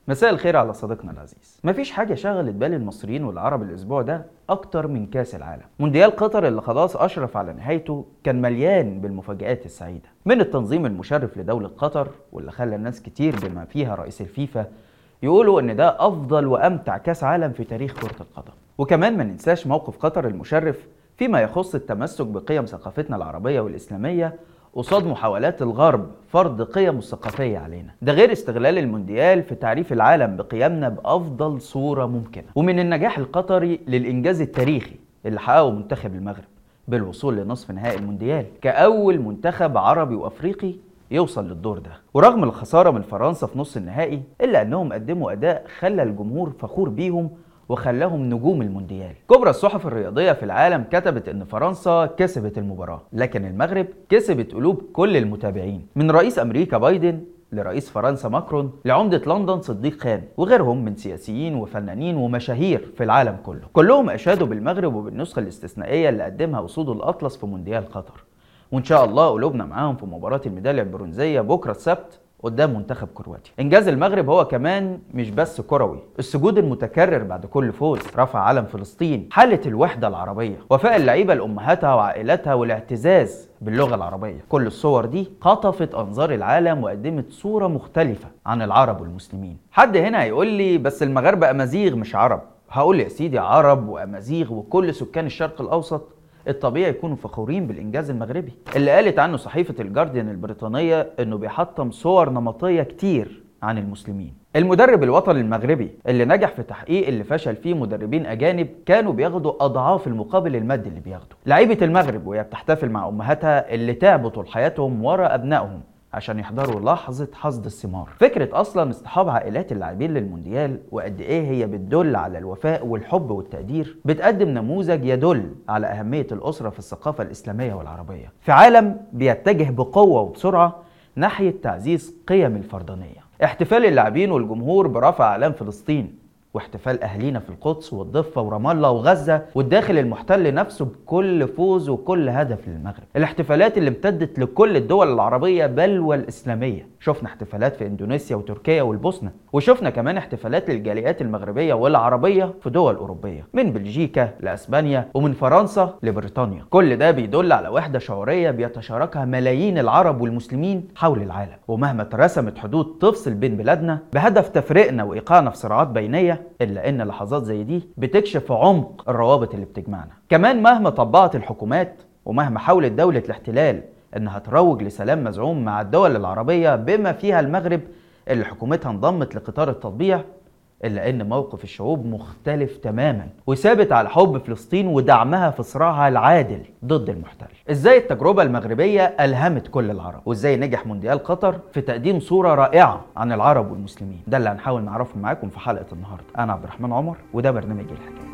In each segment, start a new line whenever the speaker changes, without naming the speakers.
مساء الخير على صديقنا العزيز. مفيش حاجة شغلت بال المصريين والعرب الأسبوع ده أكتر من كأس العالم. مونديال قطر اللي خلاص أشرف على نهايته كان مليان بالمفاجآت السعيدة، من التنظيم المشرف لدولة قطر واللي خلى الناس كتير بما فيها رئيس الفيفا يقولوا إن ده أفضل وأمتع كأس عالم في تاريخ كرة القدم. وكمان ما ننساش موقف قطر المشرف فيما يخص التمسك بقيم ثقافتنا العربية والإسلامية قصاد محاولات الغرب فرض قيمه الثقافية علينا. ده غير استغلال المونديال في تعريف العالم بقيمنا بأفضل صورة ممكنة. ومن النجاح القطري للإنجاز التاريخي اللي حققه منتخب المغرب بالوصول لنصف نهائي المونديال كأول منتخب عربي وأفريقي يوصل للدور ده. ورغم الخسارة من فرنسا في نص النهائي إلا أنهم قدموا أداء خلى الجمهور فخور بيهم وخلاهم نجوم المونديال. كبرى الصحف الرياضية في العالم كتبت ان فرنسا كسبت المباراة، لكن المغرب كسبت قلوب كل المتابعين، من رئيس امريكا بايدن لرئيس فرنسا ماكرون لعمدة لندن صديق خان وغيرهم من سياسيين وفنانين ومشاهير في العالم كله. كلهم اشادوا بالمغرب وبالنسخة الاستثنائية اللي قدمها اسود الاطلس في مونديال قطر، وان شاء الله قلوبنا معاهم في مباراة الميدالية البرونزية بكرة السبت قدام منتخب كرواتيا. انجاز المغرب هو كمان مش بس كروي، السجود المتكرر بعد كل فوز، رفع علم فلسطين، حالة الوحدة العربية، وفاء اللعيبة لأمهاتها وعائلاتها والاعتزاز باللغة العربية. كل الصور دي خطفت أنظار العالم وقدمت صورة مختلفة عن العرب والمسلمين. حد هنا هيقول لي بس المغاربة أمازيغ مش عرب. هقول يا سيدي عرب وأمازيغ وكل سكان الشرق الأوسط الطبيعي يكونوا فخورين بالإنجاز المغربي اللي قالت عنه صحيفة الجارديان البريطانية إنه بيحطم صور نمطية كتير عن المسلمين. المدرب الوطني المغربي اللي نجح في تحقيق اللي فشل فيه مدربين أجانب كانوا بياخدوا أضعاف المقابل المادي اللي بياخده. لعيبة المغرب وهي بتحتفل مع أمهاتها اللي تعبوا طول حياتهم ورا أبنائهم عشان يحضروا لحظة حصد الثمار. فكرة أصلا اصطحاب عائلات اللاعبين للمونديال وقد إيه هي بتدل على الوفاء والحب والتقدير بتقدم نموذج يدل على أهمية الأسرة في الثقافة الإسلامية والعربية في عالم بيتجه بقوة وبسرعة ناحية تعزيز قيم الفردانية. احتفال اللاعبين والجمهور برفع أعلام فلسطين، واحتفال أهلينا في القدس والضفة ورام الله وغزة والداخل المحتل نفسه بكل فوز وكل هدف للمغرب. الاحتفالات اللي امتدت لكل الدول العربية بل والإسلامية. شفنا احتفالات في إندونيسيا وتركيا والبوسنة، وشفنا كمان احتفالات للجاليات المغربية والعربية في دول أوروبية، من بلجيكا لأسبانيا ومن فرنسا لبريطانيا. كل ده بيدل على وحدة شعورية بيتشاركها ملايين العرب والمسلمين حول العالم. ومهما اترسمت حدود تفصل بين بلادنا بهدف تفريقنا وإيقاعنا في صراعات بينية، إلا إن لحظات زي دي بتكشف عمق الروابط اللي بتجمعنا. كمان مهما طبقت الحكومات ومهما حاولت دولة الاحتلال إنها تروج لسلام مزعوم مع الدول العربية بما فيها المغرب اللي حكومتها انضمت لقطار التطبيع، إلا إن موقف الشعوب مختلف تماما وثابت على حب فلسطين ودعمها في صراعها العادل ضد المحتل. إزاي التجربة المغربية ألهمت كل العرب، وإزاي نجح مونديال قطر في تقديم صورة رائعة عن العرب والمسلمين، ده اللي هنحاول نعرفه معاكم في حلقة النهاردة. أنا عبد الرحمن عمر وده برنامج الحكاية.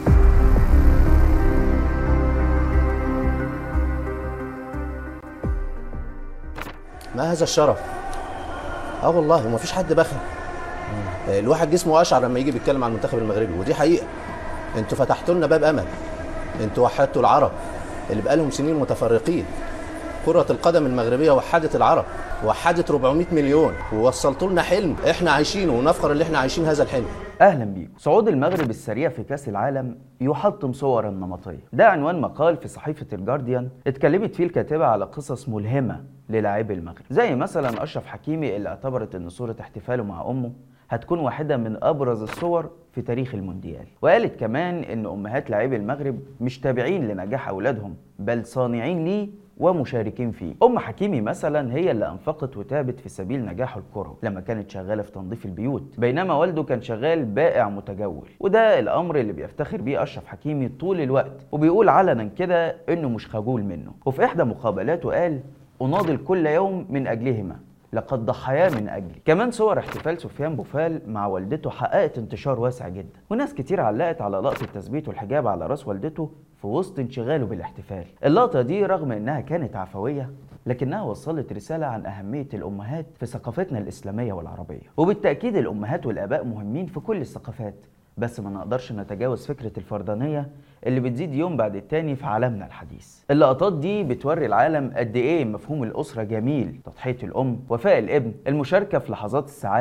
ما هذا الشرف؟ والله وما فيش حد بخل. الواحد جسمه اشعر لما يجي بيتكلم عن المنتخب المغربي، ودي حقيقه. انتوا فتحتوا لنا باب امل، انتوا وحدتوا العرب اللي بقالهم سنين متفرقين. كره القدم المغربيه وحدت العرب، وحدت 400 مليون، ووصلتوا لنا حلم احنا عايشينه ونفخر اللي احنا عايشين هذا الحلم.
اهلا بيكم. صعود المغرب السريع في كاس العالم يحطم صورا نمطيه، ده عنوان مقال في صحيفه الجارديان اتكلمت فيه الكاتبه على قصص ملهمه للاعبي المغرب، زي مثلا اشرف حكيمي اللي اعتبرت ان صوره احتفاله مع امه هتكون واحدة من أبرز الصور في تاريخ المونديال. وقالت كمان إن أمهات لاعبي المغرب مش تابعين لنجاح أولادهم بل صانعين ليه ومشاركين فيه. أم حكيمي مثلا هي اللي أنفقت وتابت في سبيل نجاحه الكروي لما كانت شغالة في تنظيف البيوت، بينما والده كان شغال بائع متجول. وده الأمر اللي بيفتخر بيه أشرف حكيمي طول الوقت، وبيقول علنا كده إنه مش خجول منه. وفي إحدى مقابلاته قال: أناضل كل يوم من أجلهما، لقد ضحيا من أجلي. كمان صور احتفال سفيان بوفال مع والدته حققت انتشار واسع جدا، وناس كتير علقت على لقطة تثبيت والحجاب على راس والدته في وسط انشغاله بالاحتفال. اللقطة دي رغم انها كانت عفوية لكنها وصلت رسالة عن أهمية الأمهات في ثقافتنا الإسلامية والعربية. وبالتأكيد الأمهات والآباء مهمين في كل الثقافات، بس ما نقدرش نتجاوز فكرة الفردانية اللي بتزيد يوم بعد التاني في عالمنا الحديث. اللقطات دي بتوري العالم قد ايه مفهوم الأسرة جميل، تضحية الأم، وفاء الابن، المشاركة في لحظات السعادة،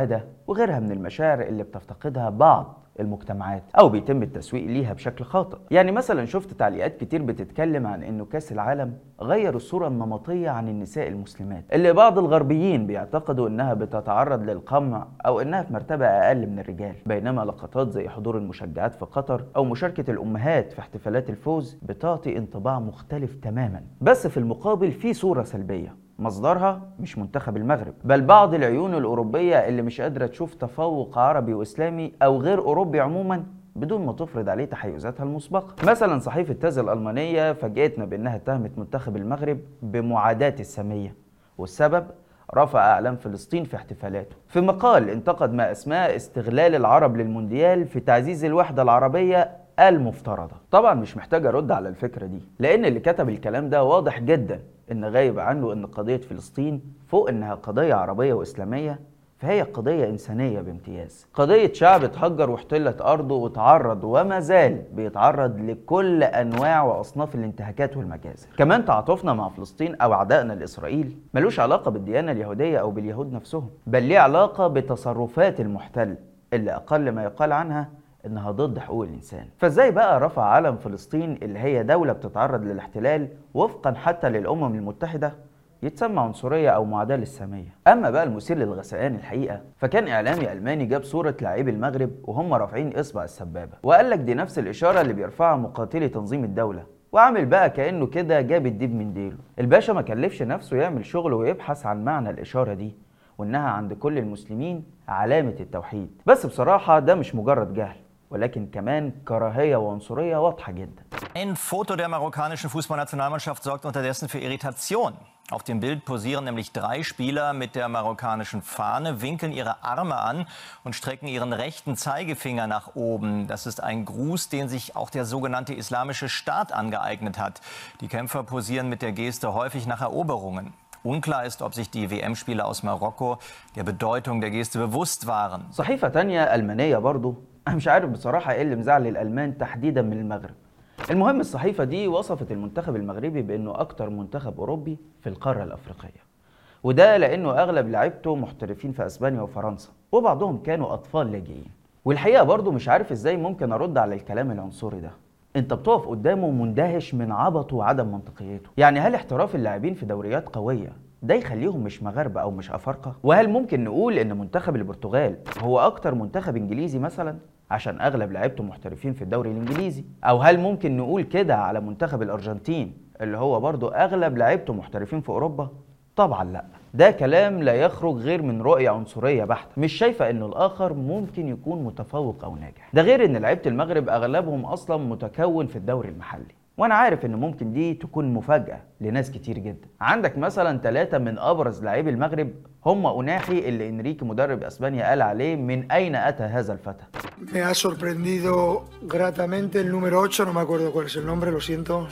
وغيرها من المشاعر اللي بتفتقدها بعض المجتمعات او بيتم التسويق ليها بشكل خاطئ. يعني مثلا شفت تعليقات كتير بتتكلم عن انه كاس العالم غير الصورة النمطية عن النساء المسلمات اللي بعض الغربيين بيعتقدوا انها بتتعرض للقمع او انها في مرتبة اقل من الرجال، بينما لقطات زي حضور المشجعات في قطر او مشاركة الامهات في احتفالات الفوز بتعطي انطباع مختلف تماما. بس في المقابل في صورة سلبية مصدرها مش منتخب المغرب، بل بعض العيون الأوروبية اللي مش قادرة تشوف تفوق عربي وإسلامي أو غير أوروبي عموما بدون ما تفرض عليه تحيزاتها المسبقة. مثلا صحيفة تاز الألمانية فاجأتنا بأنها اتهمت منتخب المغرب بمعاداة السامية، والسبب رفع أعلام فلسطين في احتفالاته. في مقال انتقد ما أسماه استغلال العرب للمونديال في تعزيز الوحدة العربية المفترضة. طبعا مش محتاج أرد على الفكرة دي، لأن اللي كتب الكلام ده واضح جدا إن غايب عنه إن قضية فلسطين فوق إنها قضية عربية وإسلامية فهي قضية إنسانية بامتياز، قضية شعب اتهجر واحتلت أرضه وتعرض وما زال بيتعرض لكل أنواع وأصناف الانتهاكات والمجازر. كمان تعاطفنا مع فلسطين أو عدائنا لإسرائيل ملوش علاقة بالديانة اليهودية أو باليهود نفسهم، بل ليه علاقة بتصرفات المحتل اللي أقل ما يقال عنها إنها ضد حقوق الإنسان. فإزاي بقى رفع علم فلسطين اللي هي دولة بتتعرض للاحتلال وفقا حتى للأمم المتحدة يتسمى عنصرية أو معاداة للسامية؟ أما بقى المثير للغثيان الحقيقة فكان إعلامي ألماني جاب صورة لاعبي المغرب وهم رافعين إصبع السبابة وقال لك دي نفس الإشارة اللي بيرفعها مقاتلي تنظيم الدولة، وعامل بقى كأنه كده جاب الديب من ديله. الباشا ما كلفش نفسه يعمل شغل ويبحث عن معنى الإشارة دي وإنها عند كل المسلمين علامة التوحيد. بس بصراحة ده مش مجرد جهل ولكن كمان كراهية وعنصرية واضحة جدا.
Ein Foto der marokkanischen Fußballnationalmannschaft sorgt unterdessen für Irritation. Auf dem Bild posieren nämlich 3 Spieler mit der marokkanischen Fahne, winkeln ihre Arme an und strecken ihren rechten Zeigefinger nach oben. Das ist ein Gruß, den sich auch der sogenannte Islamische Staat angeeignet hat. Die Kämpfer posieren mit der Geste häufig nach Eroberungen. Unklar ist, ob sich die WM-Spieler aus Marokko der Bedeutung der Geste bewusst waren.
صحيفة تانية ألمانية برضو، أنا مش عارف بصراحة إيه اللي مزعل الألمان تحديدا من المغرب. المهم الصحيفة دي وصفت المنتخب المغربي بأنه أكتر منتخب أوروبي في القارة الأفريقية، وده لأنه أغلب لاعيبته محترفين في أسبانيا وفرنسا وبعضهم كانوا أطفال لاجئين. والحقيقة برضو مش عارف إزاي ممكن أرد على الكلام العنصري ده. انت بتقف قدامه مندهش من عبطه وعدم منطقيته. يعني هل احتراف اللاعبين في دوريات قوية ده يخليهم مش مغاربة او مش افارقة؟ وهل ممكن نقول ان منتخب البرتغال هو اكتر منتخب انجليزي مثلا عشان اغلب لاعيبته محترفين في الدوري الانجليزي؟ او هل ممكن نقول كده على منتخب الارجنتين اللي هو برضو اغلب لاعيبته محترفين في اوروبا؟ طبعا لا، ده كلام لا يخرج غير من رؤية عنصرية بحتة، مش شايفة انه الاخر ممكن يكون متفوق او ناجح. ده غير ان لعيبة المغرب اغلبهم اصلا متكون في الدوري المحلي، وانا عارف ان ممكن دي تكون مفاجأة لناس كتير جدا. عندك مثلا 3 من ابرز لاعبي المغرب هم أناحي اللي انريكي مدرب اسبانيا قال عليه من اين اتى هذا الفتى.
Me ha sorprendido gratamente el número 8, no me acuerdo cuál es el nombre, lo siento.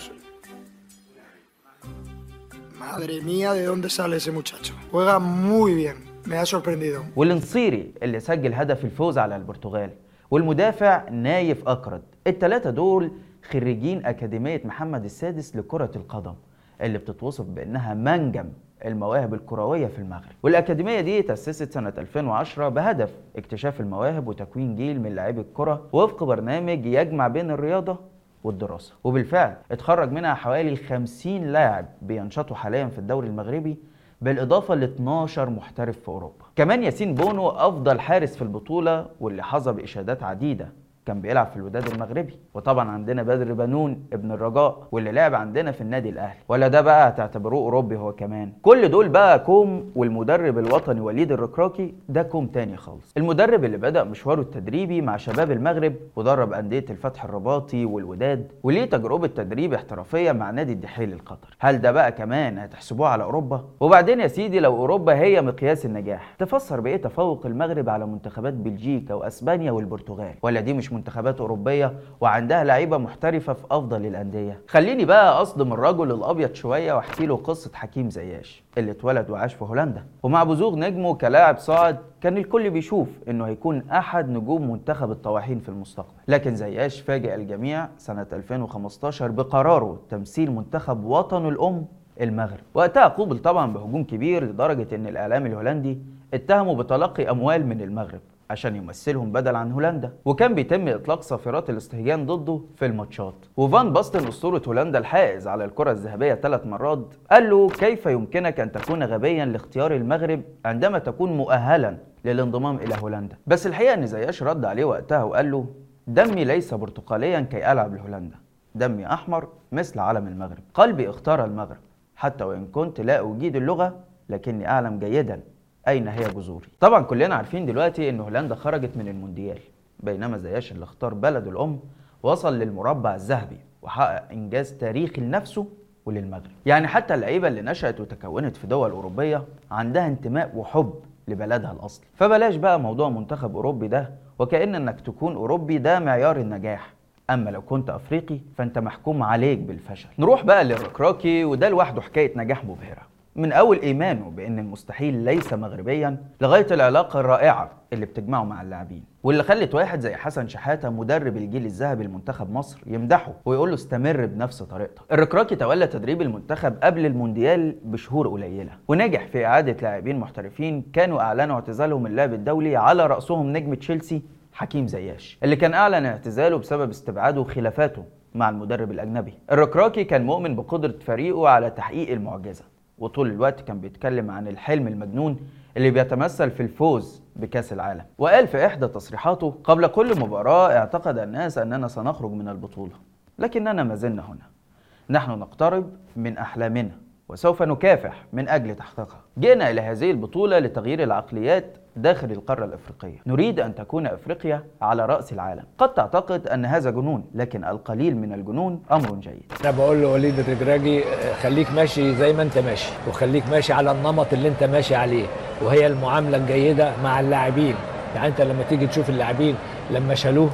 Madre mía, ¿de dónde sale ese muchacho? Juega muy bien, me ha sorprendido.
والنصيري اللي سجل هدف الفوز على البرتغال، والمدافع نايف أكرد. ال3 دول خريجين أكاديمية محمد السادس لكرة القدم اللي بتتوصف بأنها منجم المواهب الكروية في المغرب. والأكاديمية دي تأسست سنة 2010 بهدف اكتشاف المواهب وتكوين جيل من لاعبي الكرة وفق برنامج يجمع بين الرياضة والدراسة. وبالفعل اتخرج منها حوالي 50 لاعب بينشطوا حاليا في الدوري المغربي، بالإضافة ل 12 محترف في أوروبا. كمان ياسين بونو أفضل حارس في البطولة واللي حظى بإشادات عديدة، كان بيلعب في الوداد المغربي. وطبعا عندنا بدر بنون ابن الرجاء واللي لعب عندنا في النادي الاهلي، ولا ده بقى هتعتبروه اوروبي هو كمان؟ كل دول بقى كوم، والمدرب الوطني وليد الركراكي ده كوم تاني خالص. المدرب اللي بدأ مشواره التدريبي مع شباب المغرب ودرب أندية الفتح الرباطي والوداد، وليه تجربة تدريب احترافية مع نادي الدحيل القطري. هل ده بقى كمان هتحسبوه على اوروبا؟ وبعدين يا سيدي لو اوروبا هي مقياس النجاح، تفسر بايه تفوق المغرب على منتخبات بلجيكا واسبانيا والبرتغال؟ ولا دي مش منتخبات أوروبية وعندها لعيبة محترفة في أفضل الأندية؟ خليني بقى أصدم الرجل الأبيض شوية واحكي له قصة حكيم زياش اللي اتولد وعاش في هولندا، ومع بزوغ نجمه كلاعب صاعد كان الكل بيشوف إنه هيكون أحد نجوم منتخب الطواحين في المستقبل. لكن زياش فاجأ الجميع سنة 2015 بقراره تمثيل منتخب وطنه الأم المغرب. وقتها قوبل طبعا بهجوم كبير لدرجة إن الإعلام الهولندي اتهموا بتلقي أموال من المغرب عشان يمثلهم بدل عن هولندا، وكان بيتم إطلاق صافرات الاستهجان ضده في الماتشات. وفان باستن أسطورة هولندا الحائز على الكرة الذهبية 3 مرات قال له: كيف يمكنك أن تكون غبيا لاختيار المغرب عندما تكون مؤهلا للانضمام إلى هولندا؟ بس الحقيقة إن زياش رد عليه وقتها وقال له: دمي ليس برتقاليا كي ألعب لهولندا، دمي أحمر مثل علم المغرب، قلبي اختار المغرب حتى وإن كنت لا أجيد اللغة، لكني أعلم جيدا أين هي جذوري. طبعا كلنا عارفين دلوقتي إن هولندا خرجت من المونديال، بينما زياش اللي اختار بلده الأم وصل للمربع الذهبي وحقق إنجاز تاريخي لنفسه وللمغرب. يعني حتى اللعيبة اللي نشأت وتكونت في دول أوروبية عندها انتماء وحب لبلدها الأصلي. فبلاش بقى موضوع منتخب أوروبي ده، وكأن إنك تكون أوروبي ده معيار النجاح، أما لو كنت أفريقي فأنت محكوم عليك بالفشل. نروح بقى للركراكي، وده لوحده حكاية نجاح مبهرة، من أول إيمانه بأن المستحيل ليس مغربيا لغاية العلاقة الرائعة اللي بتجمعه مع اللاعبين، واللي خلت واحد زي حسن شحاتة مدرب الجيل الذهبي لمنتخب مصر يمدحه ويقول له استمر بنفس طريقتك. الركراكي تولى تدريب المنتخب قبل المونديال بشهور قليلة، ونجح في إعادة لاعبين محترفين كانوا أعلنوا اعتزالهم اللعب الدولي، على رأسهم نجم تشيلسي حكيم زياش اللي كان أعلن اعتزاله بسبب استبعاده وخلافاته مع المدرب الأجنبي. الركراكي كان مؤمن بقدرة فريقه على تحقيق المعجزة، وطول الوقت كان بيتكلم عن الحلم المجنون اللي بيتمثل في الفوز بكأس العالم. وقال في إحدى تصريحاته: قبل كل مباراة اعتقد الناس أننا سنخرج من البطولة، لكننا ما زلنا هنا، نحن نقترب من أحلامنا وسوف نكافح من أجل تحقيقها. جئنا إلى هذه البطولة لتغيير العقليات داخل القارة الأفريقية، نريد أن تكون أفريقيا على رأس العالم. قد تعتقد أن هذا جنون، لكن القليل من الجنون أمر جيد.
أنا بقول له وليد الركراكي خليك ماشي زي ما أنت ماشي، وخليك ماشي على النمط اللي أنت ماشي عليه، وهي المعاملة الجيدة مع اللاعبين. يعني أنت لما تيجي تشوف اللاعبين لما شالوه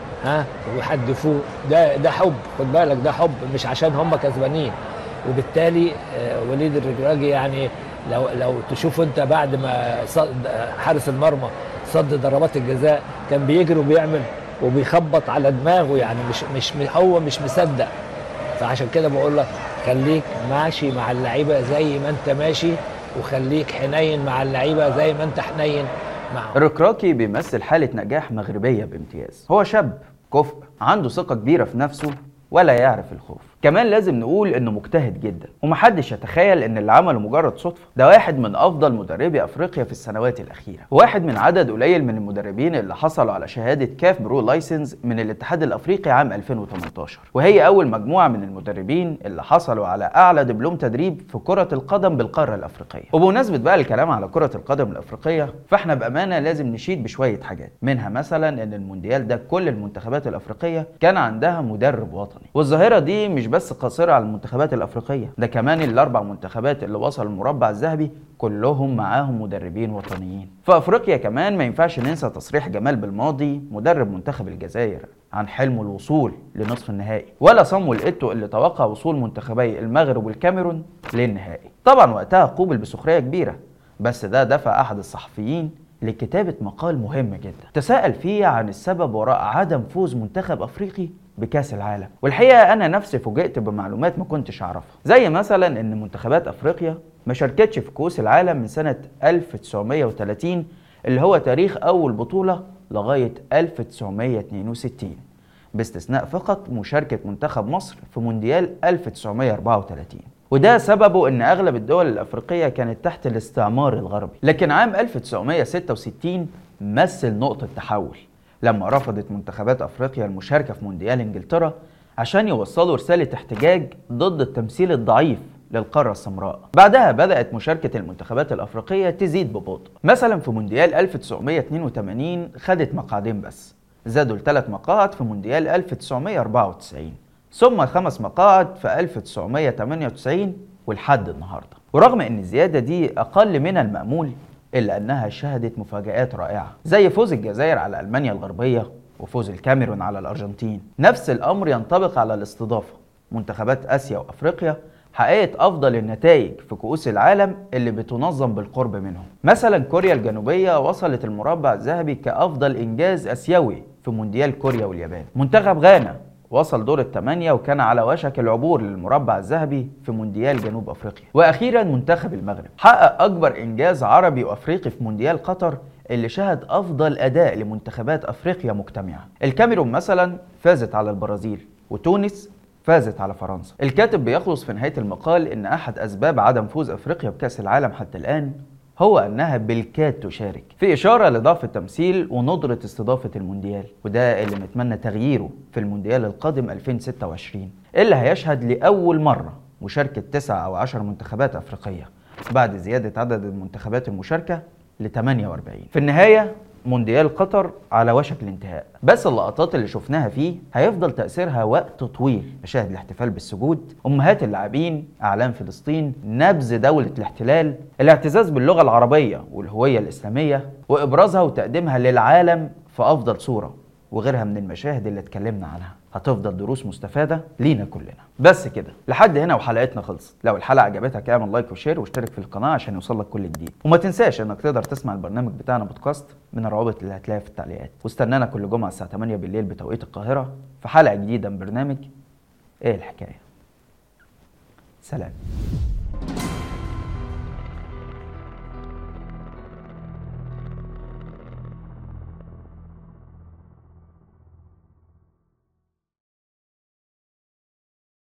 ويحدفوه، ده حب، خد بالك، ده حب مش عشان هم كسبانين. وبالتالي وليد الركراكي يعني لو تشوف انت بعد ما حارس المرمى صد ضربات الجزاء كان بيجري وبيعمل وبيخبط على دماغه، يعني مش هو مش مصدق. فعشان كده بقول لك خليك ماشي مع اللعيبه زي ما انت ماشي، وخليك حنين مع اللعيبه زي ما انت حنين معهم.
الركراكي بيمثل حالة نجاح مغربية بامتياز. هو شاب كفء عنده ثقة كبيرة في نفسه ولا يعرف الخوف. كمان لازم نقول انه مجتهد جدا، ومحدش يتخيل ان اللي عمله مجرد صدفة. ده واحد من افضل مدربي افريقيا في السنوات الاخيرة، واحد من عدد قليل من المدربين اللي حصلوا على شهادة كاف برو لايسنس من الاتحاد الافريقي عام 2018، وهي اول مجموعة من المدربين اللي حصلوا على اعلى دبلوم تدريب في كرة القدم بالقارة الافريقية. وبمناسبة بقى الكلام على كرة القدم الافريقية، فاحنا بامانة لازم نشيد بشوية حاجات، منها مثلا ان المونديال ده كل المنتخبات الافريقية كان عندها مدرب وطني، والظاهرة دي مش بس قاصرة على المنتخبات الأفريقية، ده كمان الأربع منتخبات اللي وصلوا المربع الذهبي كلهم معاهم مدربين وطنيين. في أفريقيا كمان ما ينفعش ننسى تصريح جمال بالماضي مدرب منتخب الجزائر عن حلمه الوصول لنصف النهائي، ولا صامويل إيتو اللي توقع وصول منتخبي المغرب والكاميرون للنهائي. طبعا وقتها قوبل بسخرية كبيرة، بس ده دفع أحد الصحفيين لكتابة مقال مهم جدا تساءل فيه عن السبب وراء عدم فوز منتخب أفريقي بكاس العالم. والحقيقة أنا نفسي فوجئت بمعلومات ما كنتش أعرفها، زي مثلا إن منتخبات أفريقيا ما شاركتش في كؤوس العالم من سنة 1930 اللي هو تاريخ أول بطولة لغاية 1962، باستثناء فقط مشاركة منتخب مصر في مونديال 1934. وده سببه ان اغلب الدول الافريقية كانت تحت الاستعمار الغربي. لكن عام 1966 مثل نقطة تحول لما رفضت منتخبات افريقيا المشاركة في مونديال انجلترا عشان يوصلوا رسالة احتجاج ضد التمثيل الضعيف للقارة السمراء. بعدها بدأت مشاركة المنتخبات الافريقية تزيد ببطء. مثلا في مونديال 1982 خدت مقعدين بس، زادوا ل3 مقاعد في مونديال 1994، ثم 5 مقاعد في 1998 ولحد النهارده. ورغم ان الزياده دي اقل من المأمول الا انها شهدت مفاجآت رائعه، زي فوز الجزائر على المانيا الغربيه وفوز الكاميرون على الارجنتين. نفس الامر ينطبق على الاستضافه. منتخبات اسيا وافريقيا حققت افضل النتائج في كؤوس العالم اللي بتنظم بالقرب منهم. مثلا كوريا الجنوبيه وصلت المربع الذهبي كافضل انجاز اسيوي في مونديال كوريا واليابان. منتخب غانا وصل دور الثمانية وكان على وشك العبور للمربع الذهبي في مونديال جنوب أفريقيا. وأخيرا منتخب المغرب حقق أكبر إنجاز عربي وأفريقي في مونديال قطر اللي شهد أفضل أداء لمنتخبات أفريقيا مجتمعة. الكاميرون مثلا فازت على البرازيل، وتونس فازت على فرنسا. الكاتب بيخلص في نهاية المقال إن أحد أسباب عدم فوز أفريقيا بكأس العالم حتى الآن هو أنها بالكاد تشارك، في إشارة لضعف التمثيل وندرة استضافة المونديال، وده اللي نتمنى تغييره في المونديال القادم 2026 اللي هيشهد لأول مرة مشاركة 9 أو 10 منتخبات أفريقية بعد زيادة عدد المنتخبات المشاركة ل 48. في النهاية مونديال قطر على وشك الانتهاء، بس اللقطات اللي شفناها فيه هيفضل تأثيرها وقت طويل. مشاهد الاحتفال بالسجود، أمهات اللاعبين، أعلام فلسطين، نبذ دولة الاحتلال، الاعتزاز باللغة العربية والهوية الإسلامية وإبرازها وتقديمها للعالم في أفضل صورة، وغيرها من المشاهد اللي اتكلمنا عنها هتفضل دروس مستفادة لينا كلنا. بس كده لحد هنا وحلقتنا خلصت. لو الحلقة عجبتك اعمل لايك وشير واشترك في القناة عشان يوصلك كل جديد، وما تنساش انك تقدر تسمع البرنامج بتاعنا بودكاست من الروابط اللي هتلاقيها في التعليقات. واستنانا كل جمعة الساعة 8 بالليل بتوقيت القاهرة في حلقة جديدة من برنامج ايه الحكاية. سلام.